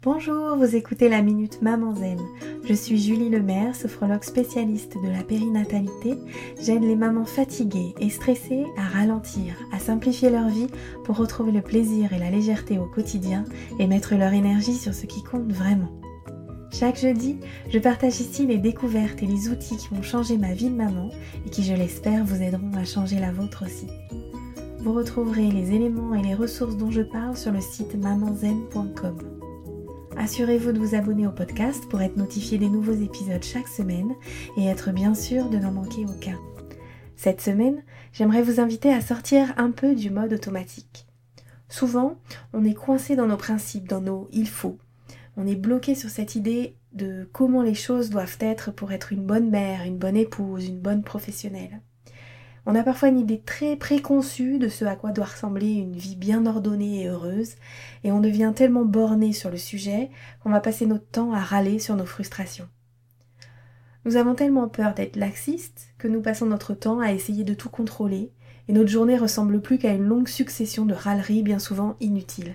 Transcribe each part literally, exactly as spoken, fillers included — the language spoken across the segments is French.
Bonjour, vous écoutez la Minute Maman Zen. Je suis Julie Lemaire, sophrologue spécialiste de la périnatalité. J'aide les mamans fatiguées et stressées à ralentir, à simplifier leur vie pour retrouver le plaisir et la légèreté au quotidien et mettre leur énergie sur ce qui compte vraiment. Chaque jeudi, je partage ici les découvertes et les outils qui ont changé ma vie de maman et qui, je l'espère, vous aideront à changer la vôtre aussi. Vous retrouverez les éléments et les ressources dont je parle sur le site maman zen point com. Assurez-vous de vous abonner au podcast pour être notifié des nouveaux épisodes chaque semaine et être bien sûr de n'en manquer aucun. Cette semaine, j'aimerais vous inviter à sortir un peu du mode automatique. Souvent, on est coincé dans nos principes, dans nos « il faut ». On est bloqué sur cette idée de comment les choses doivent être pour être une bonne mère, une bonne épouse, une bonne professionnelle. On a parfois une idée très préconçue de ce à quoi doit ressembler une vie bien ordonnée et heureuse, et on devient tellement borné sur le sujet qu'on va passer notre temps à râler sur nos frustrations. Nous avons tellement peur d'être laxistes que nous passons notre temps à essayer de tout contrôler, et notre journée ressemble plus qu'à une longue succession de râleries bien souvent inutiles.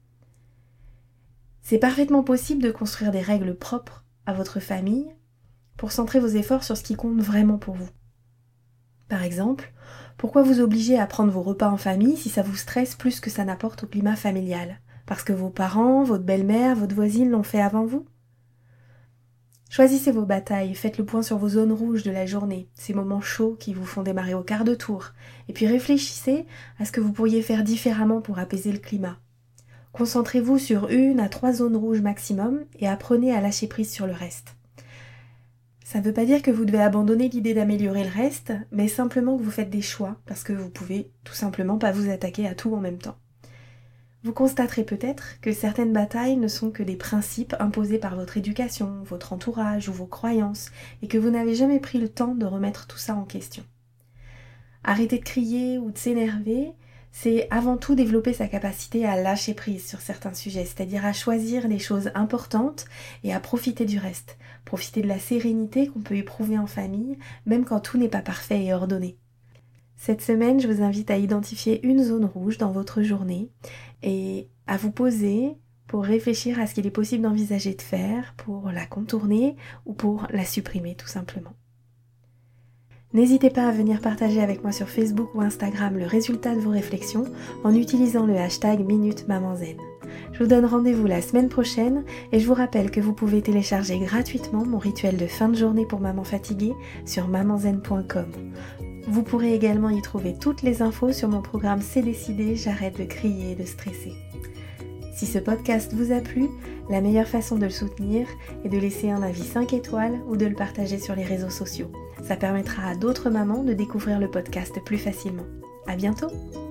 C'est parfaitement possible de construire des règles propres à votre famille pour centrer vos efforts sur ce qui compte vraiment pour vous. Par exemple, pourquoi vous obliger à prendre vos repas en famille si ça vous stresse plus que ça n'apporte au climat familial ? Parce que vos parents, votre belle-mère, votre voisine l'ont fait avant vous ? Choisissez vos batailles, faites le point sur vos zones rouges de la journée, ces moments chauds qui vous font démarrer au quart de tour, et puis réfléchissez à ce que vous pourriez faire différemment pour apaiser le climat. Concentrez-vous sur une à trois zones rouges maximum et apprenez à lâcher prise sur le reste. Ça ne veut pas dire que vous devez abandonner l'idée d'améliorer le reste, mais simplement que vous faites des choix, parce que vous pouvez tout simplement pas vous attaquer à tout en même temps. Vous constaterez peut-être que certaines batailles ne sont que des principes imposés par votre éducation, votre entourage ou vos croyances, et que vous n'avez jamais pris le temps de remettre tout ça en question. Arrêter de crier ou de s'énerver, c'est avant tout développer sa capacité à lâcher prise sur certains sujets, c'est-à-dire à choisir les choses importantes et à profiter du reste, profiter de la sérénité qu'on peut éprouver en famille, même quand tout n'est pas parfait et ordonné. Cette semaine, je vous invite à identifier une zone rouge dans votre journée et à vous poser pour réfléchir à ce qu'il est possible d'envisager de faire pour la contourner ou pour la supprimer tout simplement. N'hésitez pas à venir partager avec moi sur Facebook ou Instagram le résultat de vos réflexions en utilisant le hashtag Minute Maman Zen. Je vous donne rendez-vous la semaine prochaine et je vous rappelle que vous pouvez télécharger gratuitement mon rituel de fin de journée pour maman fatiguée sur maman zen point com. Vous pourrez également y trouver toutes les infos sur mon programme C'est décidé, j'arrête de crier et de stresser. Si ce podcast vous a plu, la meilleure façon de le soutenir est de laisser un avis cinq étoiles ou de le partager sur les réseaux sociaux. Ça permettra à d'autres mamans de découvrir le podcast plus facilement. À bientôt!